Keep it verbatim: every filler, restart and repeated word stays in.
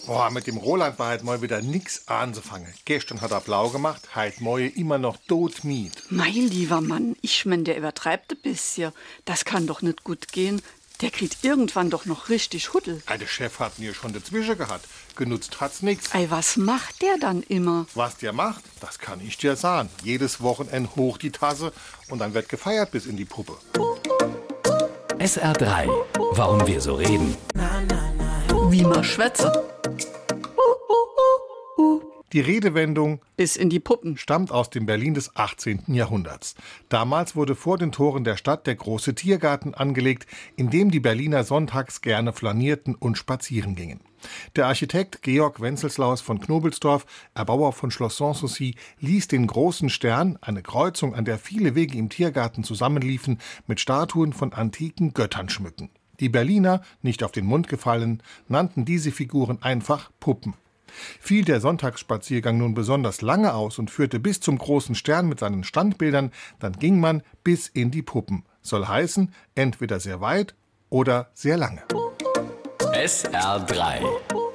Boah, mit dem Roland war halt mal wieder nix anzufangen. Gestern hat er blau gemacht, halt moje immer noch todmiet. Mein lieber Mann, ich mein, der übertreibt ein bisschen. Das kann doch nicht gut gehen. Der kriegt irgendwann doch noch richtig Huddel. Der Chef hat mir schon dazwischen gehabt. Genutzt hat's nix. Ei, was macht der dann immer? Was der macht, das kann ich dir sagen. Jedes Wochenende hoch die Tasse und dann wird gefeiert bis in die Puppe. S R drei. Warum wir so reden. Wie man schwätze. Die Redewendung Bis in die Puppen. stammt aus dem Berlin des achtzehnten Jahrhunderts. Damals wurde vor den Toren der Stadt der große Tiergarten angelegt, in dem die Berliner sonntags gerne flanierten und spazieren gingen. Der Architekt Georg Wenceslaus von Knobelsdorf, Erbauer von Schloss Sanssouci, ließ den großen Stern, eine Kreuzung, an der viele Wege im Tiergarten zusammenliefen, mit Statuen von antiken Göttern schmücken. Die Berliner, nicht auf den Mund gefallen, nannten diese Figuren einfach Puppen. Fiel der Sonntagsspaziergang nun besonders lange aus und führte bis zum großen Stern mit seinen Standbildern, dann ging man bis in die Puppen. Soll heißen, entweder sehr weit oder sehr lange. S R drei.